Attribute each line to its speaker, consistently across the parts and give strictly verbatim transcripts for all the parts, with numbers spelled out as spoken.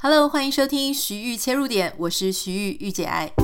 Speaker 1: Hello， 欢迎收听徐玉切入点，我是徐玉玉姐爱。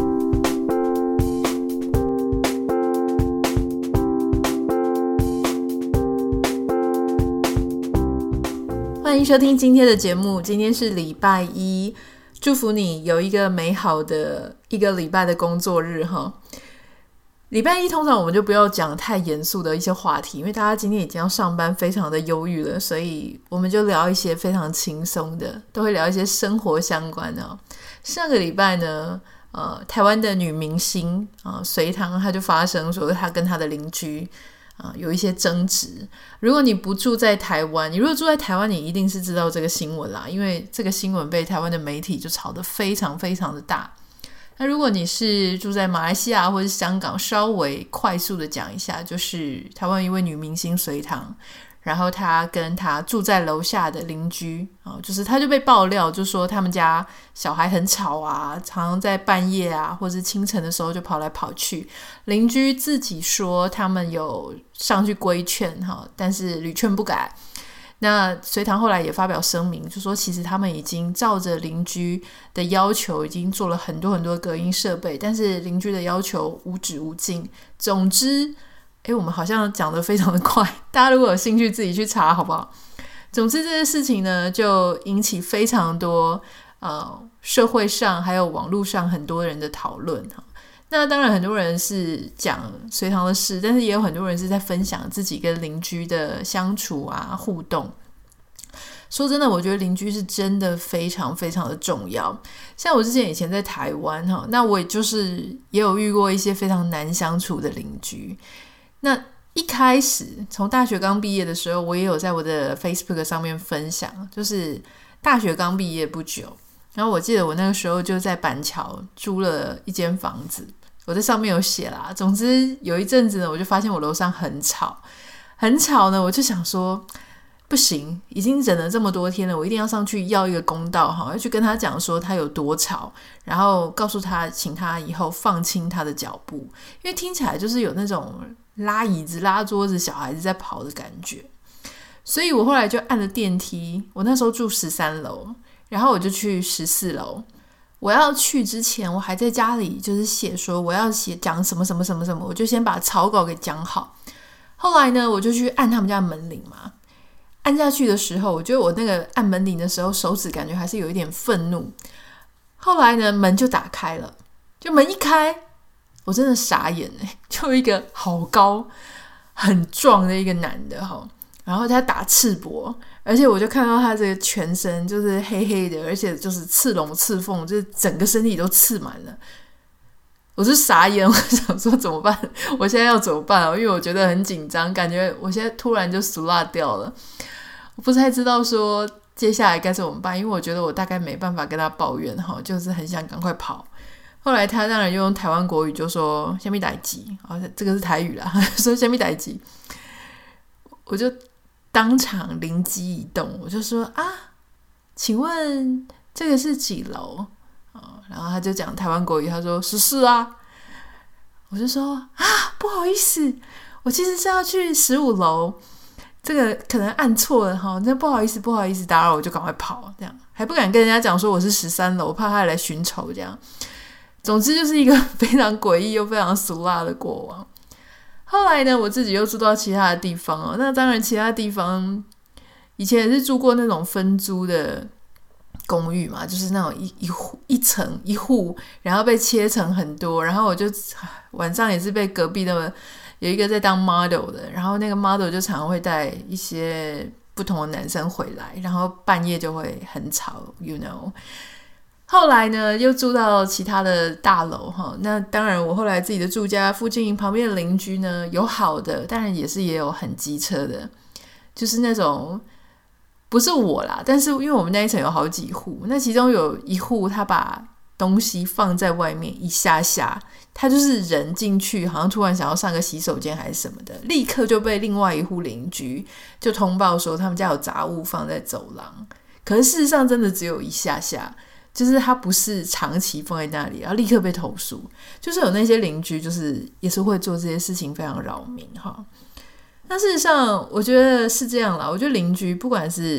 Speaker 1: 欢迎收听今天的节目，今天是礼拜一，祝福你有一个美好的一个礼拜的工作日哈。礼拜一通常我们就不要讲太严肃的一些话题，因为大家今天已经要上班，非常的忧郁了，所以我们就聊一些非常轻松的，都会聊一些生活相关的。上个礼拜呢，呃，台湾的女明星啊，隋棠，她就发生说她跟她的邻居啊有一些争执。如果你不住在台湾，你如果住在台湾，你一定是知道这个新闻啦，因为这个新闻被台湾的媒体就炒得非常非常的大。那如果你是住在马来西亚或是香港，稍微快速的讲一下，就是台湾一位女明星隋棠，然后她跟她住在楼下的邻居、哦、就是她就被爆料，就说他们家小孩很吵啊，常常在半夜啊或是清晨的时候就跑来跑去，邻居自己说他们有上去规劝、哦、但是屡劝不改。那隋棠后来也发表声明，就说其实他们已经照着邻居的要求已经做了很多很多隔音设备，但是邻居的要求无止无尽。总之诶我们好像讲得非常的快，大家如果有兴趣自己去查好不好。总之这些事情呢就引起非常多呃社会上还有网络上很多人的讨论。那当然很多人是讲隋棠的事，但是也有很多人是在分享自己跟邻居的相处啊互动。说真的，我觉得邻居是真的非常非常的重要。像我之前以前在台湾，那我也就是也有遇过一些非常难相处的邻居。那一开始从大学刚毕业的时候，我也有在我的 Facebook 上面分享，就是大学刚毕业不久，然后我记得我那个时候就在板桥租了一间房子，我在上面有写啦。总之有一阵子呢，我就发现我楼上很吵很吵呢，我就想说不行，已经忍了这么多天了，我一定要上去要一个公道，要去跟他讲说他有多吵，然后告诉他请他以后放轻他的脚步，因为听起来就是有那种拉椅子拉桌子小孩子在跑的感觉。所以我后来就按了电梯，我那时候住十三楼，然后我就去十四楼。我要去之前，我还在家里就是写说我要写讲什么什么什么什么，我就先把草稿给讲好。后来呢，我就去按他们家门铃嘛，按下去的时候，我觉得我那个按门铃的时候手指感觉还是有一点愤怒。后来呢，门就打开了，就门一开，我真的傻眼耶，就一个好高很壮的一个男的齁，然后他打赤膊，而且我就看到他这个全身就是黑黑的，而且就是刺龙刺凤，就是整个身体都刺满了。我就傻眼，我想说怎么办？我现在要怎么办啊？因为我觉得很紧张，感觉我现在突然就俗辣掉了，我不太知道说接下来该怎么办，因为我觉得我大概没办法跟他抱怨齁，就是很想赶快跑。后来他当然用台湾国语就说什么代志、哦、这个是台语啦，说什么代志，我就当场灵机一动，我就说啊，请问这个是几楼、哦、然后他就讲台湾国语，他说十四啊，我就说啊，不好意思，我其实是要去十五楼，这个可能按错了哈，那不好意思不好意思打扰，我就赶快跑，这样还不敢跟人家讲说我是十三楼，怕他来寻仇这样。总之就是一个非常诡异又非常俗辣的过往。后来呢，我自己又住到其他的地方哦，那当然其他地方以前也是住过那种分租的公寓嘛，就是那种 一, 一, 户一层一户，然后被切成很多，然后我就晚上也是被隔壁的有一个在当 model 的，然后那个 model 就常常会带一些不同的男生回来，然后半夜就会很吵 you know。后来呢又住到其他的大楼，那当然我后来自己的住家附近旁边的邻居呢，有好的当然也是也有很机车的，就是那种不是我啦，但是因为我们那一层有好几户，那其中有一户他把东西放在外面一下下，他就是人进去好像突然想要上个洗手间还是什么的，立刻就被另外一户邻居就通报说他们家有杂物放在走廊，可是事实上真的只有一下下，就是他不是长期放在那里，然后立刻被投诉。就是有那些邻居就是也是会做这些事情，非常扰民哈。那事实上我觉得是这样啦，我觉得邻居不管是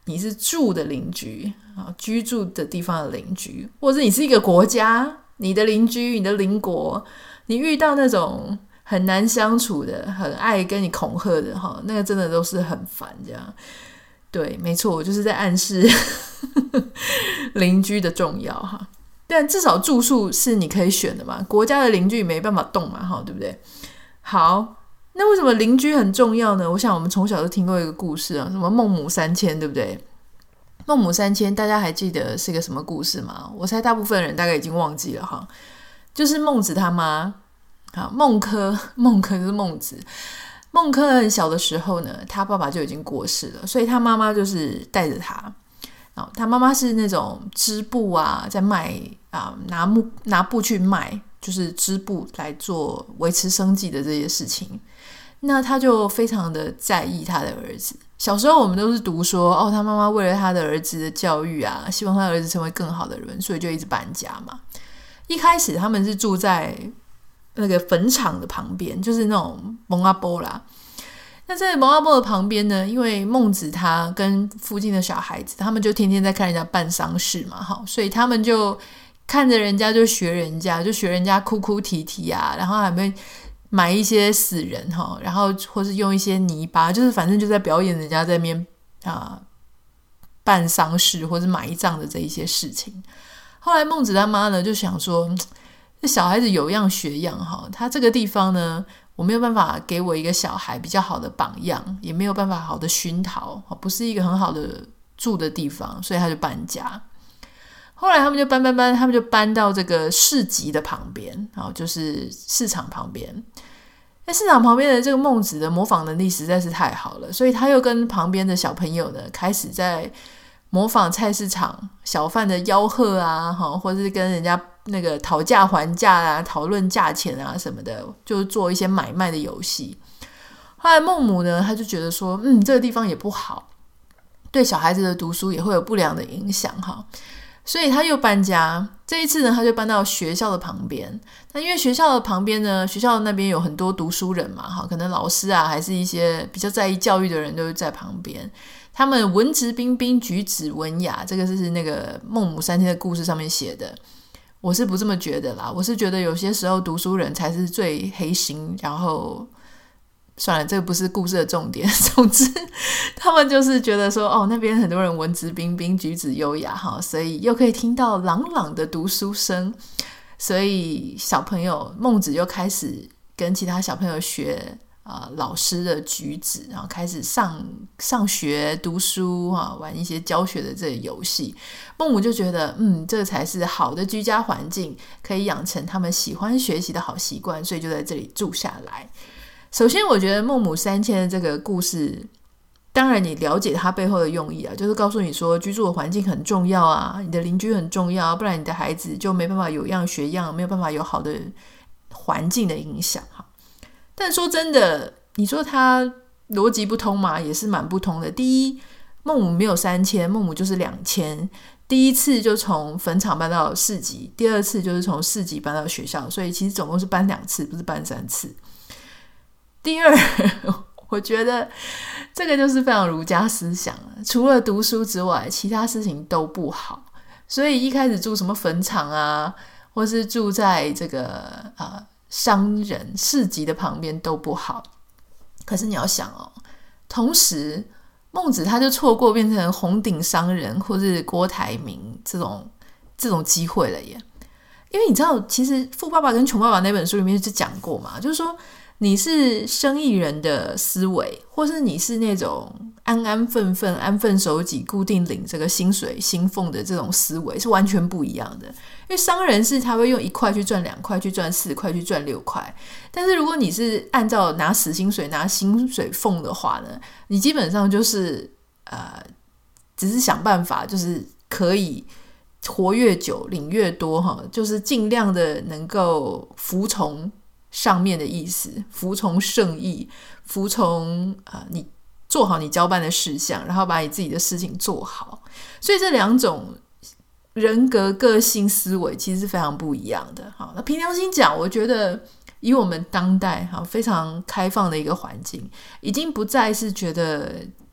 Speaker 1: 你是住的邻居啊，居住的地方的邻居，或者是你是一个国家，你的邻居、你的邻国，你遇到那种很难相处的、很爱跟你恐吓的哈，那个真的都是很烦这样。对，没错，我就是在暗示邻居的重要哈。但至少住宿是你可以选的嘛，国家的邻居没办法动嘛，哈，对不对？好，那为什么邻居很重要呢？我想我们从小都听过一个故事啊，什么孟母三迁，对不对？孟母三迁大家还记得是个什么故事吗？我猜大部分人大概已经忘记了哈，就是孟子他妈啊，孟轲，孟轲就是孟子。孟轲很小的时候呢，他爸爸就已经过世了，所以他妈妈就是带着他。哦、他妈妈是那种织布啊，在卖啊，拿木拿布去卖，就是织布来做维持生计的这些事情。那他就非常的在意他的儿子。小时候我们都是读说，哦，他妈妈为了他的儿子的教育啊，希望他的儿子成为更好的人，所以就一直搬家嘛。一开始他们是住在那个坟场的旁边，就是那种蒙阿波啦。那在蒙阿波的旁边呢，因为孟子他跟附近的小孩子，他们就天天在看人家办丧事嘛，所以他们就看着人家就学人家，就学人家哭哭啼啼啊，然后还没买一些死人，然后或是用一些泥巴，就是反正就在表演人家在那边、呃、办丧事或是埋葬的这一些事情。后来孟子他妈呢就想说，这小孩子有样学样，他这个地方呢我没有办法给我一个小孩比较好的榜样，也没有办法好的熏陶，不是一个很好的住的地方，所以他就搬家。后来他们就搬搬搬，他们就搬到这个市集的旁边，就是市场旁边。在市场旁边的这个孟子的模仿能力实在是太好了，所以他又跟旁边的小朋友呢开始在模仿菜市场小贩的吆喝啊，或者是跟人家那个讨价还价啊，讨论价钱啊什么的，就做一些买卖的游戏。后来孟母呢，他就觉得说，嗯，这个地方也不好，对小孩子的读书也会有不良的影响哈，所以他又搬家。这一次呢，他就搬到学校的旁边。那因为学校的旁边呢，学校那边有很多读书人嘛，哈，可能老师啊，还是一些比较在意教育的人都在旁边。他们文质彬彬，举止文雅，这个是那个孟母三迁的故事上面写的。我是不这么觉得啦，我是觉得有些时候读书人才是最黑心，然后算了，这个不是故事的重点。总之他们就是觉得说，哦，那边很多人文质彬彬，举止优雅，所以又可以听到朗朗的读书声，所以小朋友孟子又开始跟其他小朋友学呃、老师的举止，然后开始上上学读书、啊、玩一些教学的这个游戏。孟母就觉得嗯，这才是好的居家环境，可以养成他们喜欢学习的好习惯，所以就在这里住下来。首先我觉得孟母三迁的这个故事，当然你了解它背后的用意啊，就是告诉你说居住的环境很重要啊，你的邻居很重要，不然你的孩子就没办法有样学样，没有办法有好的环境的影响。但说真的，你说它逻辑不通嘛，也是蛮不通的。第一，孟母没有三迁，孟母就是两迁。第一次就从坟场搬到市集，第二次就是从市集搬到学校，所以其实总共是搬两次，不是搬三次。第二，我觉得这个就是非常儒家思想，除了读书之外，其他事情都不好。所以一开始住什么坟场啊，或是住在这个呃商人市集的旁边都不好。可是你要想哦，同时孟子他就错过变成红顶商人或是郭台铭这种这种机会了耶。因为你知道其实《富爸爸跟穷爸爸》那本书里面就讲过嘛，就是说你是生意人的思维，或是你是那种安安分分安分守己固定领这个薪水薪俸的这种思维是完全不一样的。因为商人是他会用一块去赚两块，去赚四块，去赚六块。但是如果你是按照拿死薪水拿薪水俸的话呢，你基本上就是呃，只是想办法就是可以活越久领越多哈，就是尽量的能够服从上面的意思，服从圣意，服从、呃、你做好你交办的事项，然后把你自己的事情做好。所以这两种人格个性思维其实是非常不一样的。好，那凭良心讲，我觉得以我们当代非常开放的一个环境，已经不再是觉得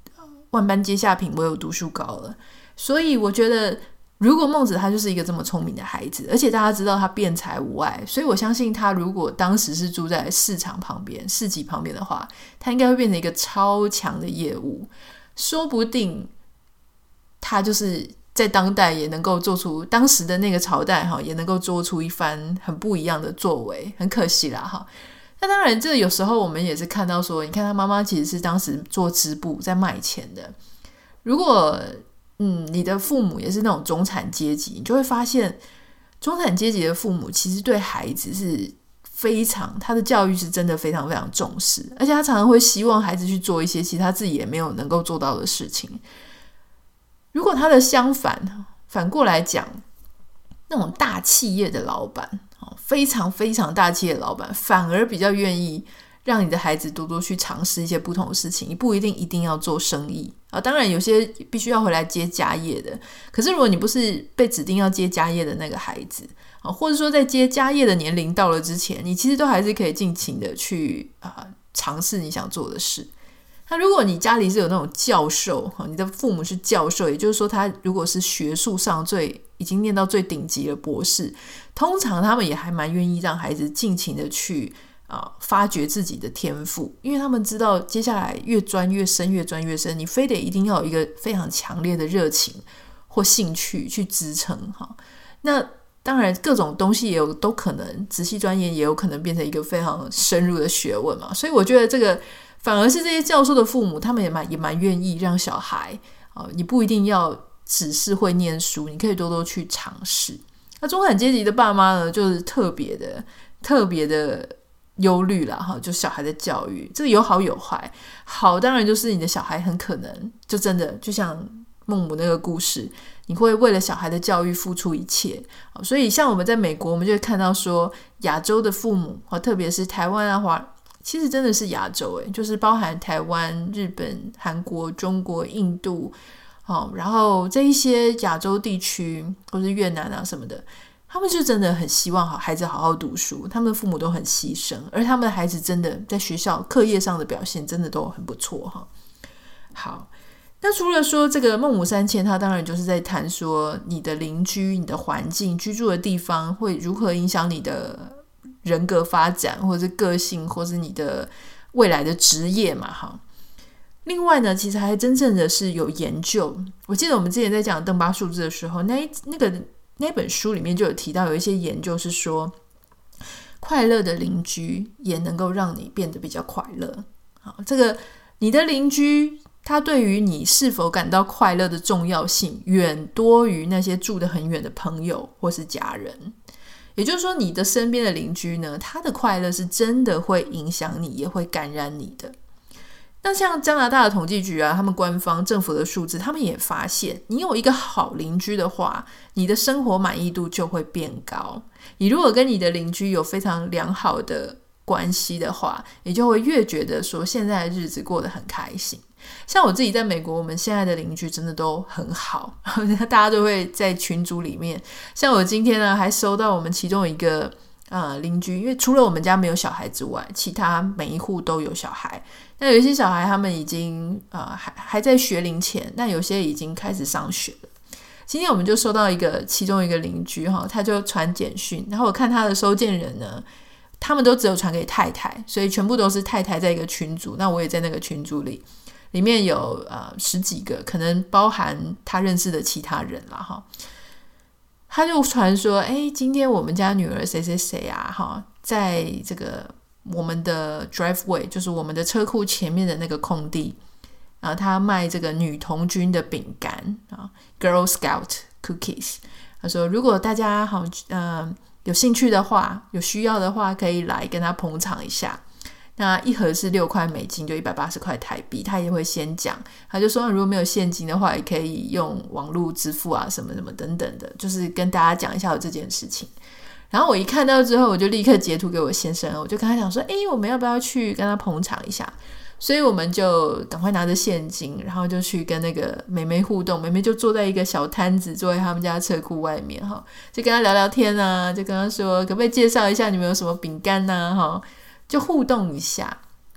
Speaker 1: 万般皆下品，唯有读书高了。所以我觉得如果孟子他就是一个这么聪明的孩子，而且大家知道他辩才无碍，所以我相信他如果当时是住在市场旁边市集旁边的话，他应该会变成一个超强的业务，说不定他就是在当代也能够做出当时的那个朝代也能够做出一番很不一样的作为，很可惜啦。那当然这有时候我们也是看到说，你看他妈妈其实是当时做织布在卖钱的，如果嗯你的父母也是那种中产阶级，你就会发现中产阶级的父母其实对孩子是非常，他的教育是真的非常非常重视，而且他常常会希望孩子去做一些其实他自己也没有能够做到的事情。如果他的相反反过来讲，那种大企业的老板，非常非常大企业的老板反而比较愿意让你的孩子多多去尝试一些不同的事情，你不一定一定要做生意啊，当然有些必须要回来接家业的，可是如果你不是被指定要接家业的那个孩子，或者说在接家业的年龄到了之前，你其实都还是可以尽情的去、呃、尝试你想做的事。那如果你家里是有那种教授，你的父母是教授，也就是说他如果是学术上最已经念到最顶级的博士，通常他们也还蛮愿意让孩子尽情的去、呃、发掘自己的天赋，因为他们知道接下来越钻越深越钻越深，你非得一定要有一个非常强烈的热情或兴趣去支撑。那当然各种东西也有都可能仔细钻研，也有可能变成一个非常深入的学问嘛。所以我觉得这个反而是这些教授的父母，他们也蛮也蛮愿意让小孩、呃、你不一定要只是会念书，你可以多多去尝试。那中产阶级的爸妈呢，就是特别的特别的忧虑啦，就小孩的教育，这个有好有坏。好当然就是你的小孩很可能就真的就像孟母那个故事，你会为了小孩的教育付出一切。所以像我们在美国，我们就会看到说亚洲的父母，特别是台湾啊华其实真的是亚洲耶，就是包含台湾、日本、韩国、中国、印度、哦、然后这一些亚洲地区或是越南啊什么的，他们就真的很希望孩子好好读书，他们的父母都很牺牲，而他们的孩子真的在学校课业上的表现真的都很不错哈。好，那除了说这个孟母三迁，他当然就是在谈说你的邻居、你的环境、居住的地方会如何影响你的人格发展，或者是个性，或是你的未来的职业嘛哈。另外呢，其实还真正的是有研究，我记得我们之前在讲邓巴数字的时候，那那个那本书里面就有提到有一些研究是说，快乐的邻居也能够让你变得比较快乐。好，这个你的邻居他对于你是否感到快乐的重要性远多于那些住得很远的朋友或是家人。也就是说你的身边的邻居呢，他的快乐是真的会影响你，也会感染你的。那像加拿大的统计局啊，他们官方政府的数字，他们也发现你有一个好邻居的话，你的生活满意度就会变高。你如果跟你的邻居有非常良好的关系的话，你就会越觉得说现在的日子过得很开心。像我自己在美国，我们现在的邻居真的都很好，大家都会在群组里面，像我今天呢还收到我们其中一个呃邻居，因为除了我们家没有小孩之外，其他每一户都有小孩。那有一些小孩他们已经呃还还在学龄前，那有些已经开始上学了。今天我们就收到一个其中一个邻居，他就传简讯，然后我看他的收件人呢，他们都只有传给太太，所以全部都是太太在一个群组，那我也在那个群组里，里面有呃十几个，可能包含他认识的其他人啦哈。他就传说，哎，今天我们家女儿谁谁谁啊哈，在这个我们的 driveway， 就是我们的车库前面的那个空地，然后他卖这个女童军的饼干啊 ，Girl Scout cookies。他说，如果大家好呃有兴趣的话，有需要的话，可以来跟他捧场一下。那一盒是六块美金，就一百八十块台币。他也会先讲，他就说如果没有现金的话，也可以用网络支付啊，什么什么等等的，就是跟大家讲一下有这件事情。然后我一看到之后，我就立刻截图给我先生，我就跟他讲说，诶，我们要不要去跟他捧场一下？所以我们就赶快拿着现金，然后就去跟那个妹妹互动。妹妹就坐在一个小摊子，坐在他们家车库外面，就跟他聊聊天啊，就跟他说可不可以介绍一下你们有什么饼干啊，就互动一下。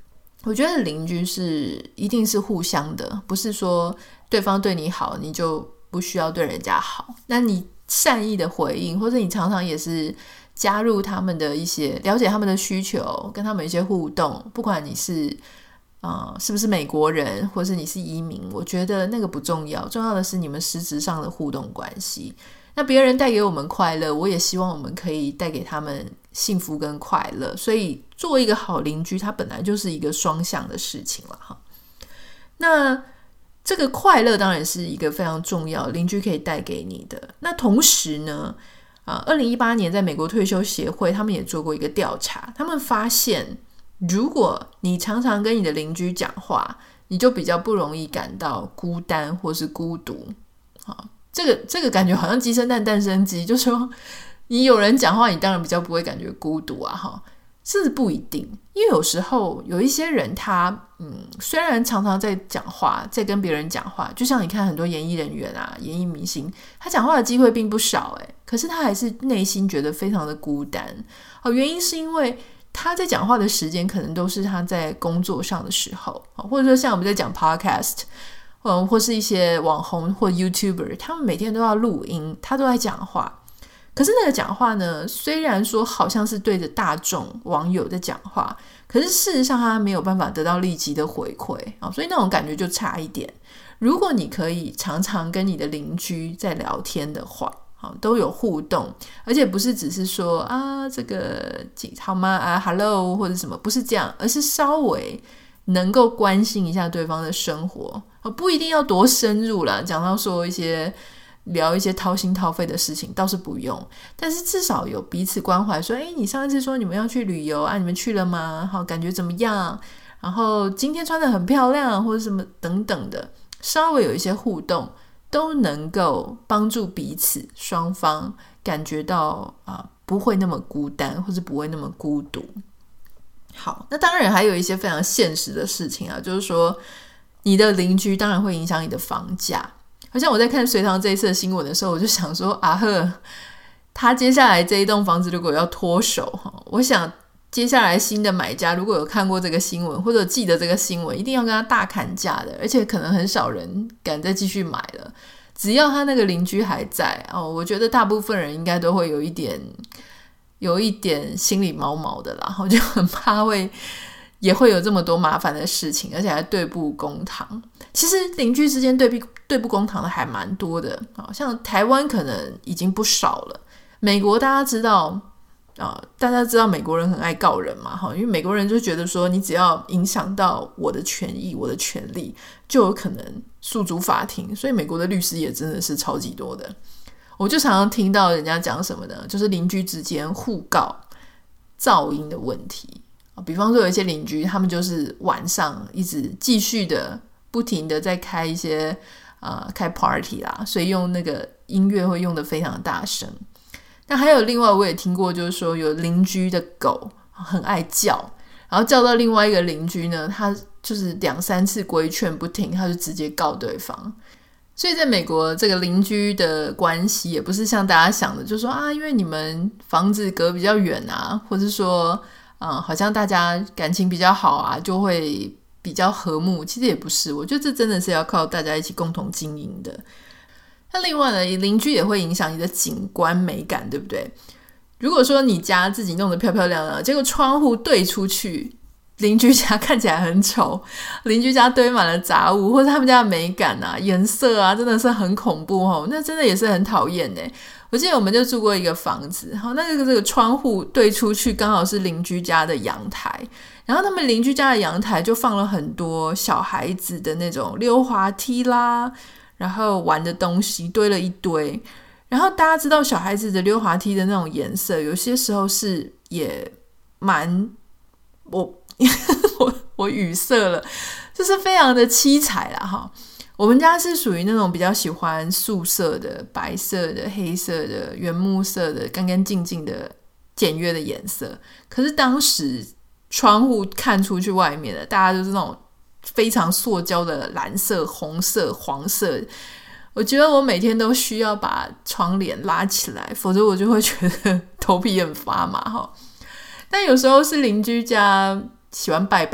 Speaker 1: 我觉得邻居是一定是互相的，不是说对方对你好你就不需要对人家好。那你善意的回应，或者你常常也是加入他们的一些，了解他们的需求，跟他们一些互动，不管你是呃是不是美国人，或是你是移民，我觉得那个不重要，重要的是你们实质上的互动关系。那别人带给我们快乐，我也希望我们可以带给他们幸福跟快乐，所以作为一个好邻居，它本来就是一个双向的事情了哈。那这个快乐当然是一个非常重要，邻居可以带给你的。那同时呢，啊，二零一八年在美国退休协会他们也做过一个调查，他们发现如果你常常跟你的邻居讲话，你就比较不容易感到孤单或是孤独。好，这个这个感觉好像鸡生蛋蛋生鸡，就说你有人讲话，你当然比较不会感觉孤独啊哈。是不一定，因为有时候有一些人他嗯，虽然常常在讲话，在跟别人讲话，就像你看很多演艺人员啊，演艺明星，他讲话的机会并不少诶，可是他还是内心觉得非常的孤单。哦，原因是因为他在讲话的时间可能都是他在工作上的时候，或者说像我们在讲 podcast， 嗯，或是一些网红或 YouTuber， 他们每天都要录音，他都在讲话。可是那个讲话呢，虽然说好像是对着大众网友在讲话，可是事实上他没有办法得到立即的回馈，所以那种感觉就差一点。如果你可以常常跟你的邻居在聊天的话，都有互动，而且不是只是说啊这个好吗啊 hello 或者什么，不是这样，而是稍微能够关心一下对方的生活，不一定要多深入啦，讲到说一些聊一些掏心掏肺的事情倒是不用，但是至少有彼此关怀，说诶你上一次说你们要去旅游啊，你们去了吗？好，感觉怎么样？然后今天穿得很漂亮或者什么等等的，稍微有一些互动，都能够帮助彼此双方感觉到、呃、不会那么孤单，或者不会那么孤独。好，那当然还有一些非常现实的事情啊，就是说你的邻居当然会影响你的房价。好像我在看隋棠这一次的新闻的时候，我就想说啊呵，他接下来这一栋房子如果要脱手，我想接下来新的买家如果有看过这个新闻或者记得这个新闻，一定要跟他大砍价的，而且可能很少人敢再继续买了。只要他那个邻居还在、哦、我觉得大部分人应该都会有一点有一点心里毛毛的啦，就很怕会也会有这么多麻烦的事情，而且还对簿公堂。其实邻居之间对簿对簿公堂的还蛮多的，像台湾可能已经不少了。美国大家知道、呃、大家知道美国人很爱告人嘛，因为美国人就觉得说你只要影响到我的权益我的权利，就有可能诉诸法庭，所以美国的律师也真的是超级多的。我就常常听到人家讲什么呢，就是邻居之间互告噪音的问题。比方说有一些邻居他们就是晚上一直继续的不停的在开一些呃开 party 啦，所以用那个音乐会用得非常大声。那还有另外我也听过，就是说有邻居的狗很爱叫，然后叫到另外一个邻居呢，他就是两三次规劝不听，他就直接告对方。所以在美国这个邻居的关系也不是像大家想的，就是说啊因为你们房子隔比较远啊，或是说嗯，好像大家感情比较好啊，就会比较和睦。其实也不是，我觉得这真的是要靠大家一起共同经营的。那另外呢，邻居也会影响你的景观美感，对不对？如果说你家自己弄得漂漂亮亮，结果窗户对出去邻居家看起来很丑，邻居家堆满了杂物，或者他们家的美感啊颜色啊真的是很恐怖、哦、那真的也是很讨厌耶。我记得我们就住过一个房子，那这个这个窗户对出去刚好是邻居家的阳台，然后他们邻居家的阳台就放了很多小孩子的那种溜滑梯啦，然后玩的东西堆了一堆。然后大家知道小孩子的溜滑梯的那种颜色有些时候是也蛮我我我语塞了，就是非常的七彩啦哈。我们家是属于那种比较喜欢素色的，白色的、黑色的、原木色的，干干净净的简约的颜色。可是当时窗户看出去外面的大家就是那种非常塑胶的蓝色、红色、黄色，我觉得我每天都需要把窗帘拉起来，否则我就会觉得头皮很发麻。但有时候是邻居家喜欢拜拜，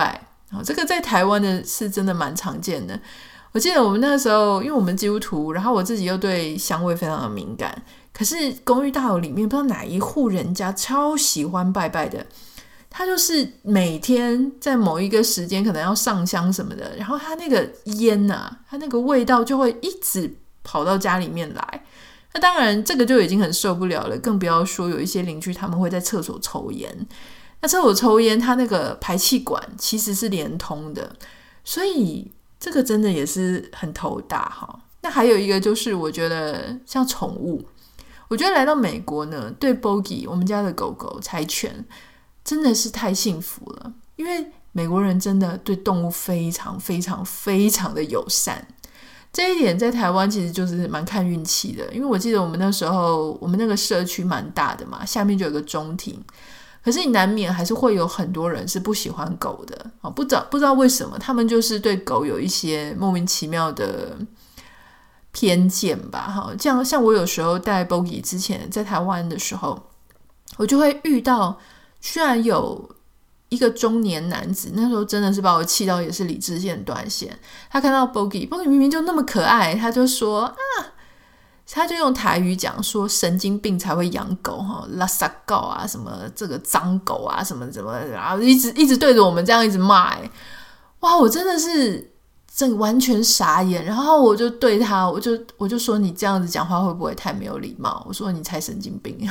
Speaker 1: 哦，这个在台湾的是真的蛮常见的。我记得我们那个时候，因为我们基督徒，然后我自己又对香味非常的敏感，可是公寓大楼里面不知道哪一户人家超喜欢拜拜的，他就是每天在某一个时间可能要上香什么的，然后他那个烟啊，他那个味道就会一直跑到家里面来。那当然这个就已经很受不了了，更不要说有一些邻居他们会在厕所抽烟。那厕所抽烟，它那个排气管其实是连通的，所以这个真的也是很头大哈。那还有一个就是我觉得像宠物，我觉得来到美国呢，对 Bogie 我们家的狗狗柴犬真的是太幸福了，因为美国人真的对动物非常非常非常的友善。这一点在台湾其实就是蛮看运气的，因为我记得我们那时候我们那个社区蛮大的嘛，下面就有个中庭，可是你难免还是会有很多人是不喜欢狗的，不知道不知道为什么他们就是对狗有一些莫名其妙的偏见吧。这样像我有时候带 Bogie 之前在台湾的时候，我就会遇到居然有一个中年男子，那时候真的是把我气到也是理智线断线。他看到 Bogie Bogie 明明就那么可爱，他就说啊，他就用台语讲说神经病才会养狗，拉萨狗啊，什么这个脏狗啊，什么什么，然后一直一直对着我们这样一直骂。哇，我真的是真完全傻眼。然后我就对他，我就我就说你这样子讲话会不会太没有礼貌？我说你才神经病。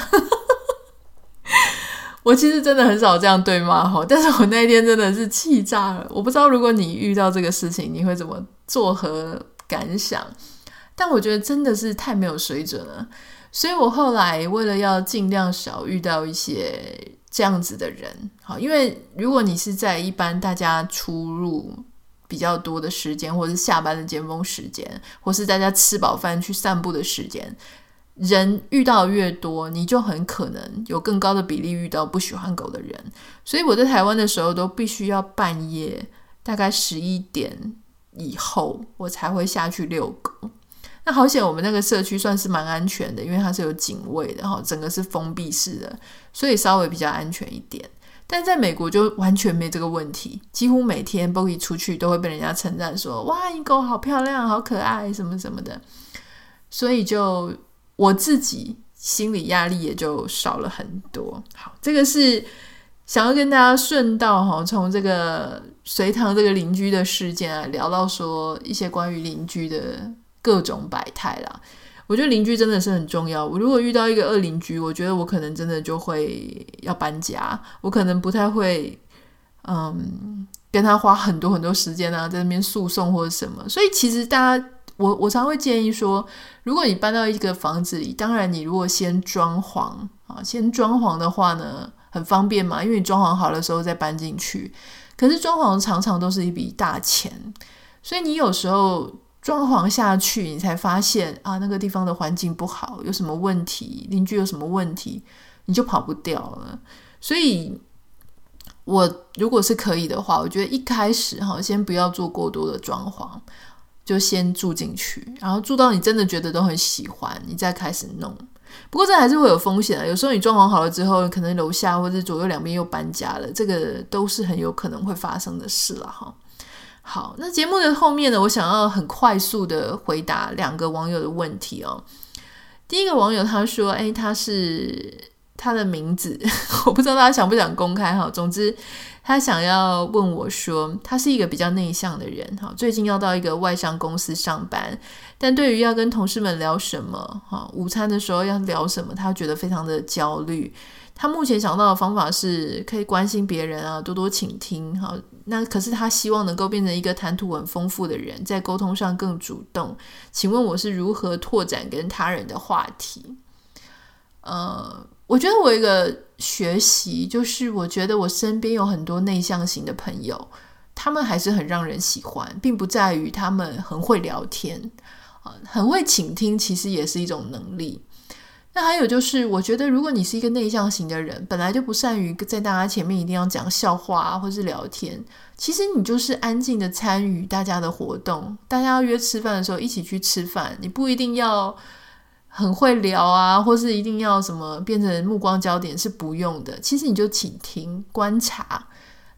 Speaker 1: 我其实真的很少这样对骂，但是我那天真的是气炸了。我不知道如果你遇到这个事情你会怎么作何感想，但我觉得真的是太没有水准了。所以我后来为了要尽量少遇到一些这样子的人，因为如果你是在一般大家出入比较多的时间，或是下班的尖峰时间，或是大家吃饱饭去散步的时间，人遇到越多，你就很可能有更高的比例遇到不喜欢狗的人。所以我在台湾的时候都必须要半夜大概十一点以后我才会下去遛狗。那好险我们那个社区算是蛮安全的，因为它是有警卫的，整个是封闭式的，所以稍微比较安全一点。但在美国就完全没这个问题，几乎每天 Bogie 出去都会被人家称赞说哇你狗好漂亮好可爱什么什么的，所以就我自己心理压力也就少了很多。好，这个是想要跟大家顺道从这个隋唐这个邻居的事件啊，聊到说一些关于邻居的各种百态啦。我觉得邻居真的是很重要，我如果遇到一个恶邻居，我觉得我可能真的就会要搬家，我可能不太会嗯跟他花很多很多时间啊在那边诉讼或者什么。所以其实大家我我常会建议说，如果你搬到一个房子里，当然你如果先装潢啊，先装潢的话呢很方便嘛，因为你装潢好的时候再搬进去。可是装潢常常都是一笔大钱，所以你有时候装潢下去你才发现啊，那个地方的环境不好，有什么问题，邻居有什么问题，你就跑不掉了。所以我如果是可以的话，我觉得一开始先不要做过多的装潢，就先住进去，然后住到你真的觉得都很喜欢，你再开始弄。不过这还是会有风险的，有时候你装潢好了之后，可能楼下或者左右两边又搬家了，这个都是很有可能会发生的事啦哈。好，那节目的后面呢，我想要很快速的回答两个网友的问题哦。第一个网友他说，诶，他是他的名字我不知道他想不想公开哈。总之他想要问我说，他是一个比较内向的人，最近要到一个外商公司上班，但对于要跟同事们聊什么，午餐的时候要聊什么，他觉得非常的焦虑。他目前想到的方法是可以关心别人啊，多多倾听。那可是他希望能够变成一个谈吐很丰富的人，在沟通上更主动。请问我是如何拓展跟他人的话题？呃，我觉得我有一个学习，就是我觉得我身边有很多内向型的朋友，他们还是很让人喜欢，并不在于他们很会聊天，呃、很会倾听其实也是一种能力。那还有就是我觉得如果你是一个内向型的人，本来就不善于在大家前面一定要讲笑话啊，或是聊天，其实你就是安静的参与大家的活动，大家要约吃饭的时候一起去吃饭，你不一定要很会聊啊，或是一定要什么变成目光焦点，是不用的。其实你就倾听观察，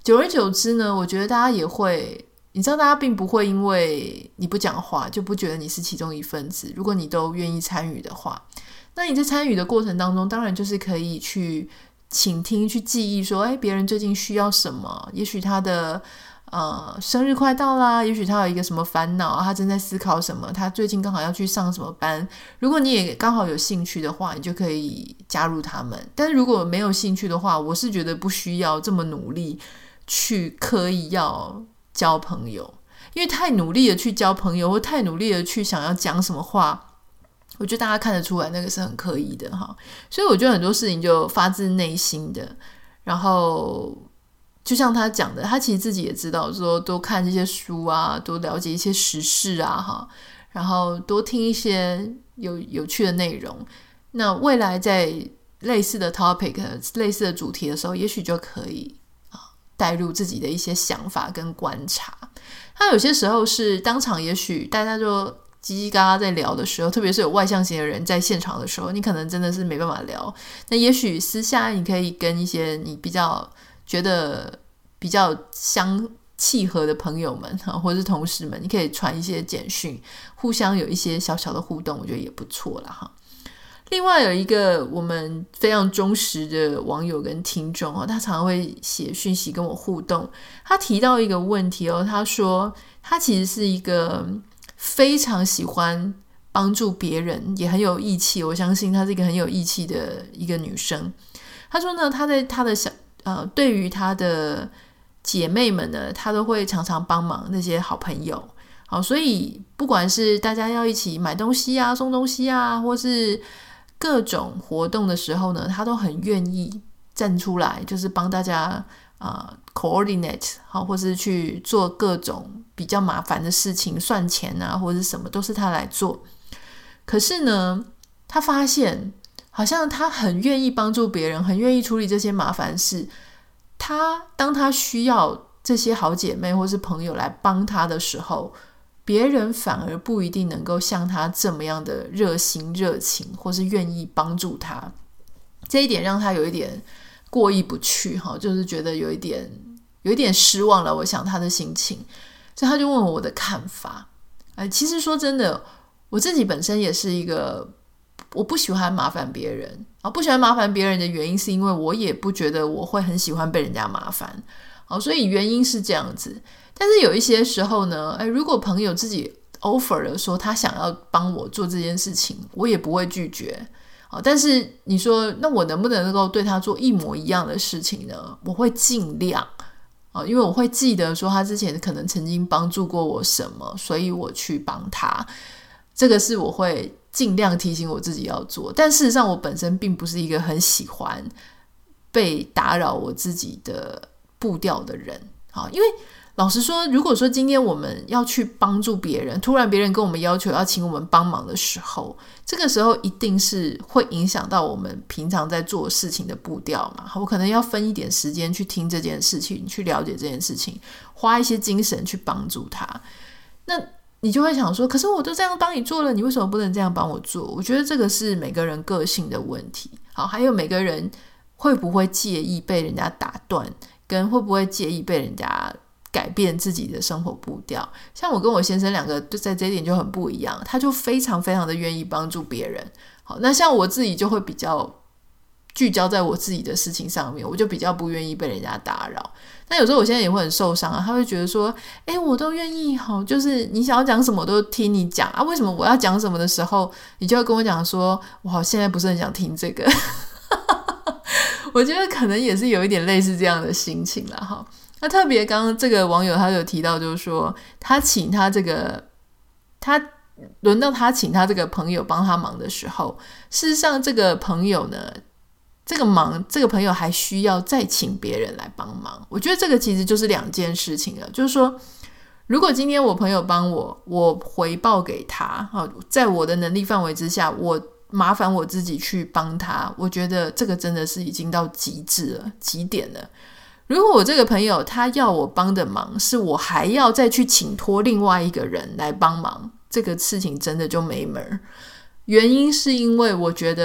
Speaker 1: 久而久之呢，我觉得大家也会，你知道大家并不会因为你不讲话就不觉得你是其中一份子，如果你都愿意参与的话，那你在参与的过程当中当然就是可以去倾听，去记忆说，哎，别人最近需要什么，也许他的呃，生日快到啦，也许他有一个什么烦恼，他正在思考什么，他最近刚好要去上什么班，如果你也刚好有兴趣的话，你就可以加入他们。但是如果没有兴趣的话，我是觉得不需要这么努力去刻意要交朋友，因为太努力的去交朋友，或太努力的去想要讲什么话，我觉得大家看得出来那个是很刻意的哈。所以我觉得很多事情就发自内心的，然后就像他讲的，他其实自己也知道说多看这些书啊，多了解一些时事啊哈，然后多听一些有有趣的内容，那未来在类似的 topic 类似的主题的时候，也许就可以带入自己的一些想法跟观察。他有些时候是当场也许大家就叽叽嘎嘎在聊的时候，特别是有外向型的人在现场的时候，你可能真的是没办法聊，那也许私下你可以跟一些你比较觉得比较相契合的朋友们或者是同事们，你可以传一些简讯，互相有一些小小的互动，我觉得也不错啦哈。另外有一个我们非常忠实的网友跟听众，他常常会写讯息跟我互动，他提到一个问题哦，他说他其实是一个非常喜欢帮助别人，也很有义气，我相信她是一个很有义气的一个女生。他说呢，他在他的小呃，对于他的姐妹们呢，他都会常常帮忙那些好朋友。好，所以不管是大家要一起买东西啊、送东西啊，或是各种活动的时候呢，他都很愿意站出来，就是帮大家呃 coordinate 好，或是去做各种比较麻烦的事情，算钱啊或者是什么都是他来做。可是呢，他发现好像他很愿意帮助别人，很愿意处理这些麻烦事，他当他需要这些好姐妹或是朋友来帮他的时候，别人反而不一定能够像他这么样的热心热情，或是愿意帮助他。这一点让他有一点过意不去，就是觉得有一点有一点失望了，我想他的心情。所以他就问我的看法。呃，其实说真的，我自己本身也是一个我不喜欢麻烦别人啊，不喜欢麻烦别人的原因是因为我也不觉得我会很喜欢被人家麻烦，好，所以原因是这样子。但是有一些时候呢，哎，如果朋友自己 offer 了说他想要帮我做这件事情，我也不会拒绝。好，但是你说那我能不能够对他做一模一样的事情呢？我会尽量，因为我会记得说他之前可能曾经帮助过我什么，所以我去帮他。这个是我会尽量提醒我自己要做，但事实上我本身并不是一个很喜欢被打扰我自己的步调的人。好，因为老实说，如果说今天我们要去帮助别人，突然别人跟我们要求要请我们帮忙的时候，这个时候一定是会影响到我们平常在做事情的步调嘛。我可能要分一点时间去听这件事情，去了解这件事情，花一些精神去帮助他。那你就会想说，可是我都这样帮你做了，你为什么不能这样帮我做？我觉得这个是每个人个性的问题。好，还有每个人会不会介意被人家打断，跟会不会介意被人家改变自己的生活步调。像我跟我先生两个就在这一点就很不一样，他就非常非常的愿意帮助别人。好，那像我自己就会比较聚焦在我自己的事情上面，我就比较不愿意被人家打扰。那有时候我现在也会很受伤啊，他会觉得说，诶，我都愿意，好，就是你想要讲什么我都听你讲啊，为什么我要讲什么的时候，你就会跟我讲说，我现在不是很想听这个。我觉得可能也是有一点类似这样的心情啦哈。那特别刚刚这个网友他有提到，就是说他请他这个他轮到他请他这个朋友帮他忙的时候，事实上这个朋友呢，这个忙这个朋友还需要再请别人来帮忙。我觉得这个其实就是两件事情了，就是说如果今天我朋友帮我，我回报给他，在我的能力范围之下，我麻烦我自己去帮他，我觉得这个真的是已经到极致了，极点了。如果我这个朋友他要我帮的忙是我还要再去请托另外一个人来帮忙，这个事情真的就没门。原因是因为我觉得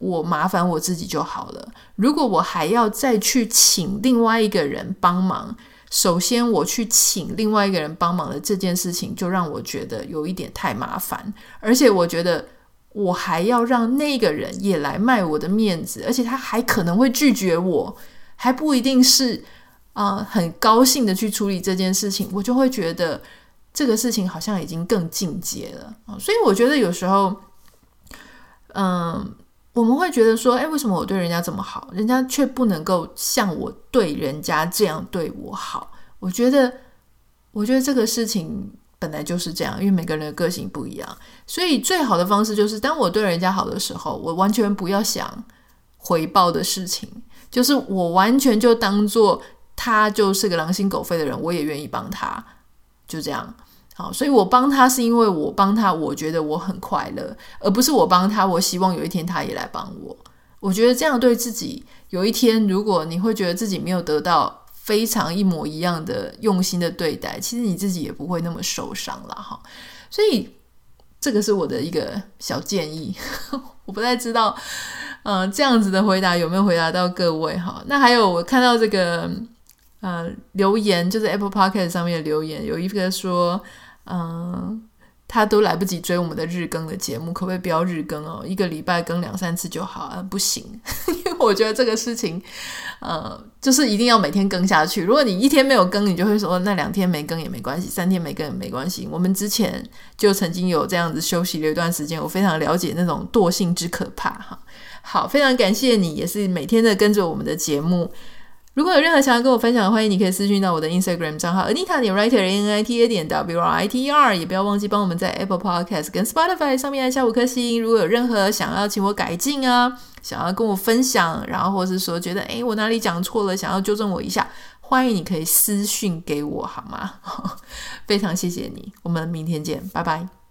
Speaker 1: 我麻烦我自己就好了。如果我还要再去请另外一个人帮忙，首先我去请另外一个人帮忙的这件事情就让我觉得有一点太麻烦，而且我觉得我还要让那个人也来卖我的面子，而且他还可能会拒绝我，还不一定是、呃、很高兴的去处理这件事情，我就会觉得这个事情好像已经更进阶了。所以我觉得有时候嗯，我们会觉得说，诶，为什么我对人家这么好，人家却不能够像我对人家这样对我好？我觉得我觉得这个事情本来就是这样，因为每个人的个性不一样，所以最好的方式就是当我对人家好的时候，我完全不要想回报的事情，就是我完全就当做他就是个狼心狗肺的人，我也愿意帮他，就这样。好，所以我帮他是因为我帮他我觉得我很快乐，而不是我帮他我希望有一天他也来帮我。我觉得这样对自己，有一天如果你会觉得自己没有得到非常一模一样的用心的对待，其实你自己也不会那么受伤啦。所以这个是我的一个小建议我不太知道呃，这样子的回答有没有回答到各位哈。那还有我看到这个呃留言，就是 Apple Podcast 上面的留言，有一个说嗯，他都来不及追我们的日更的节目，可不可以不要日更哦？一个礼拜更两三次就好、啊、不行因为我觉得这个事情呃，就是一定要每天更下去。如果你一天没有更，你就会说那两天没更也没关系，三天没更也没关系。我们之前就曾经有这样子休息了一段时间，我非常了解那种惰性之可怕哈。好，非常感谢你也是每天的跟着我们的节目。如果有任何想要跟我分享的，欢迎你可以私讯到我的 Instagram 账号 Anita 点 Writer A N I T A 点 W R I T E R， 也不要忘记帮我们在 Apple Podcast 跟 Spotify 上面按下五颗星。如果有任何想要请我改进啊，想要跟我分享，然后或是说觉得诶我哪里讲错了想要纠正我一下，欢迎你可以私讯给我好吗非常谢谢你，我们明天见，拜拜。